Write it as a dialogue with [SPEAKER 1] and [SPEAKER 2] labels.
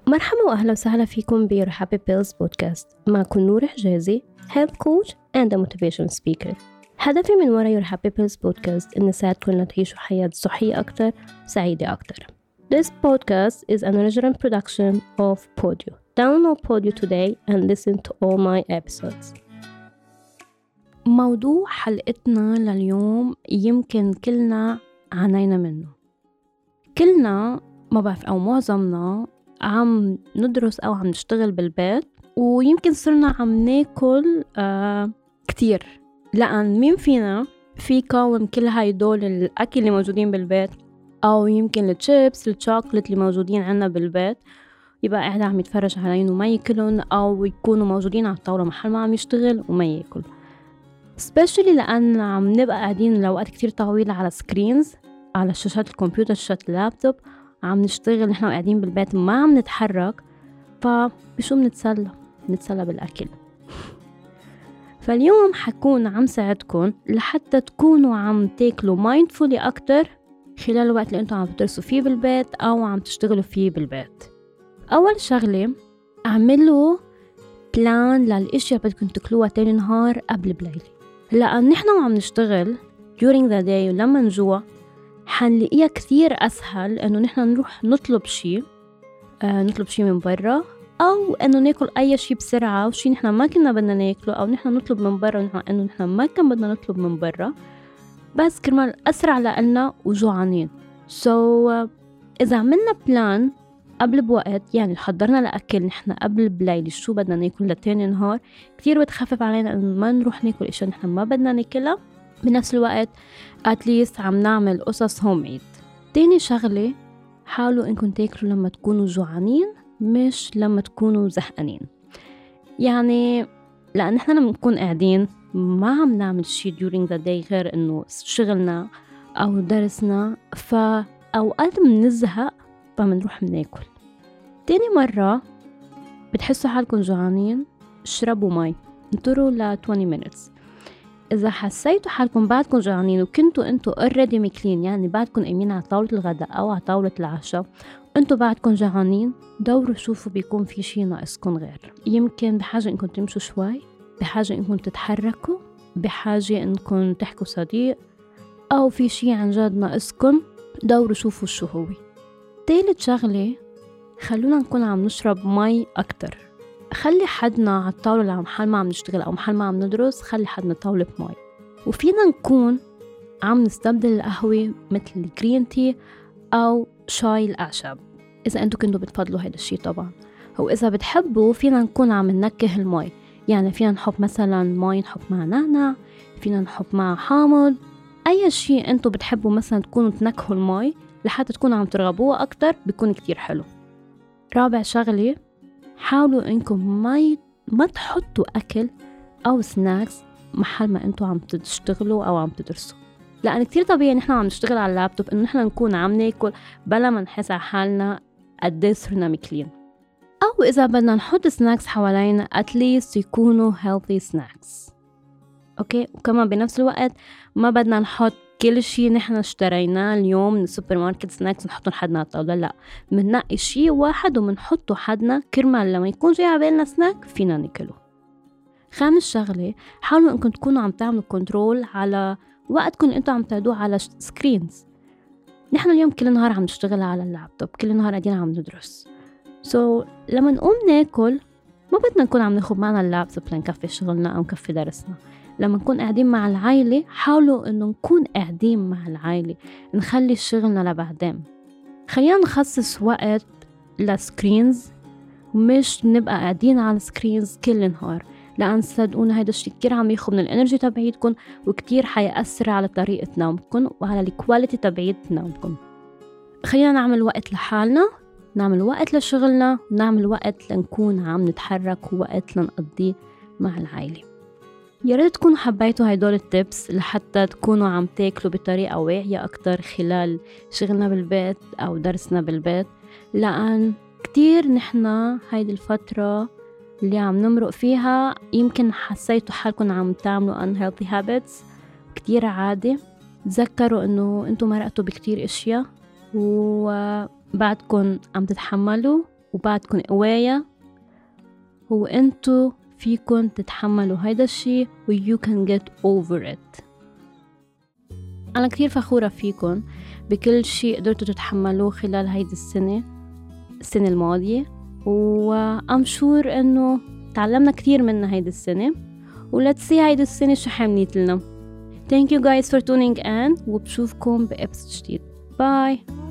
[SPEAKER 1] مرحبا وأهلا وسهلا فيكم ب Your Happy Pills بودكاست. معكم نور حجازي Health Coach and a Motivation Speaker. هدفي من وراء Your Happy Pills بودكاست إن نساعدكم لتعيشوا حياة صحية أكتر وسعيدة أكتر. This podcast is an original production of Podio. Download Podio today and listen to all my episodes. موضوع حلقتنا لليوم يمكن كلنا عانينا منه. كلنا ما بعرف أو معظمنا عم ندرس أو عم نشتغل بالبيت، ويمكن صرنا عم ناكل كتير، لأن مين فينا في قاوم كل هايدول الأكل اللي موجودين بالبيت، أو يمكن الشيبس الشوكولات اللي موجودين عنا بالبيت يبقى قاعد عم يتفرج عليهم وما ياكلون، أو يكونوا موجودين على الطاولة محل ما عم يشتغل وما ياكل. especially لأن عم نبقى قاعدين لوقت كتير طويلة على سكرينز، على شاشات الكمبيوتر، شاشات اللابتوب، عم نشتغل نحن قاعدين بالبيت ما عم نتحرك، فبشو نتسلى بالأكل. فاليوم حكون عم ساعدكم لحتى تكونوا عم تاكلوا mindfully أكتر خلال الوقت اللي انتوا عم تدرسوا فيه بالبيت أو عم تشتغلوا فيه بالبيت. أول شغلة، اعملوا بلان للأشياء بدكم تاكلوها تاني نهار قبل بليلة، لأن نحن وعم نشتغل during the day ولما نجوع حنلاقيها كثير أسهل إنه نحن نروح نطلب شيء من برا، أو إنه ناكل أي شيء بسرعة وشي نحن ما كنا بدنا ناكله، أو نحن نطلب من برا إنه نحن ما كان بدنا نطلب من برا، بس كرمال أسرع لنا وجوعانين. إذا عملنا بلان قبل بوقت، يعني حضرنا لأكل نحن قبل بليل شو بدنا ناكل لتاني نهار، كتير بتخفف علينا إنه ما نروح ناكل إشياء نحن ما بدنا ناكلها. بنفس الوقت at least عم نعمل قصص homemade. تاني شغلة، حاولوا إنكم تاكلوا لما تكونوا جوعانين مش لما تكونوا زهقانين. يعني لأن إحنا لما نكون قاعدين ما عم نعمل شيء during the day غير إنه شغلنا أو درسنا، فأوقات منزهق فمنروح مناكل. تاني مرة بتحسوا حالكم جوعانين، اشربوا مي، انطروا ل 20 minutes. إذا حسيتوا حالكم بعدكم جوعانين وكنتوا انتوا already ماكلين، يعني بعدكم قايمين على طاولة الغداء أو على طاولة العشاء، انتوا بعدكم جوعانين، دوروا شوفوا بيكون في شي ناقصكم غير. يمكن بحاجة انكم تمشوا شوي، بحاجة انكم تتحركوا، بحاجة انكم تحكوا صديق، أو في شي عن جد ناقصكم، دوروا شوفوا شو هو. تالت شغلة، خلونا نكون عم نشرب مي أكتر. خلي حدنا على الطاولة محل ما عم نشتغل أو محل ما عم ندرس، خلي حدنا طاولة مي. وفينا نكون عم نستبدل القهوة مثل الجرين تي أو شاي الأعشاب إذا أنتوا كنتوا بتفضلوا هذا الشيء طبعا. أو إذا بتحبوا فينا نكون عم ننكه المي، يعني فينا نحط مثلا مي نحط مع نعناع، فينا نحط مع حامض، أي شيء أنتوا بتحبوا مثلا تكونوا تنكهوا المي لحتى تكونوا عم ترغبوها أكتر، بيكون كتير حلو. رابع شغلة، حاولوا إنكم ما تحطوا أكل أو سناكس محل ما أنتوا عم تشتغلوا أو عم تدرسوا، لأن كتير طبيعي نحن عم نشتغل على اللابتوب إنه نحن نكون عم ناكل بلا ما نحس على حالنا قديه صرنا ماكلين. أو إذا بدنا نحط سناكس حوالينا at least يكونوا healthy snacks. أوكي، وكمان بنفس الوقت ما بدنا نحط كل شيء نحن اشتريناه اليوم من السوبر ماركت سناكس نحطه حدنا على الطاولة، لا، مننقي شيء واحد ومنحطه حدنا كرمال لما يكون جاي عبالنا سناك فينا ناكله. خامس شغلة، حاولوا انكم تكونوا عم تعملوا كنترول على وقتكم انتوا عم تعدوه على سكرينز. نحن اليوم كل نهار عم نشتغل على اللابتوب، كل نهار قاعدين عم ندرس، لما نقوم ناكل ما بدنا نكون عم ناخد معنا اللابتوب لنكفي شغلنا أو نكفي درسنا. لما نكون قاعدين مع العائلة، حاولوا إنه نكون قاعدين مع العائلة، نخلي شغلنا لبعدين. خلينا نخصص وقت لسكرينز، مش نبقى قاعدين على سكرينز كل نهار، لأن صدقونا هيدا الشيء كتير عم ياخد من الانرجي تبعيتكم، وكتير حيأثر على طريقة نومكم وعلى الكواليتي تبعيت نومكم. خلينا نعمل وقت لحالنا، نعمل وقت لشغلنا، نعمل وقت لنكون عم نتحرك، ووقت لنقضيه مع العائلة. يا ريت تكونوا حبيتوا هيدول التيبس لحتى تكونوا عم تاكلوا بطريقة واعية أكتر خلال شغلنا بالبيت أو درسنا بالبيت، لأن كتير نحنا هيدي الفترة اللي عم نمرق فيها يمكن حسيتوا حالكم عم تعملوا unhealthy habits. كتير عادي، تذكروا إنه أنتوا مرقتوا بكتير إشياء وبعدكم عم تتحملوا وبعدكن قوايا، هو انتو فيكن تتحملوا هيدا الشي و you can get over it. أنا كتير فخورة فيكن بكل شي قدرتوا تتحملوه خلال هيدي السنة الماضية، و I'm sure إنه تعلمنا كتير منها هيدي السنة، و let's see هيدي السنة شو حملت لنا. Thank you guys for tuning in، وبشوفكم بإبسود جديد. باي.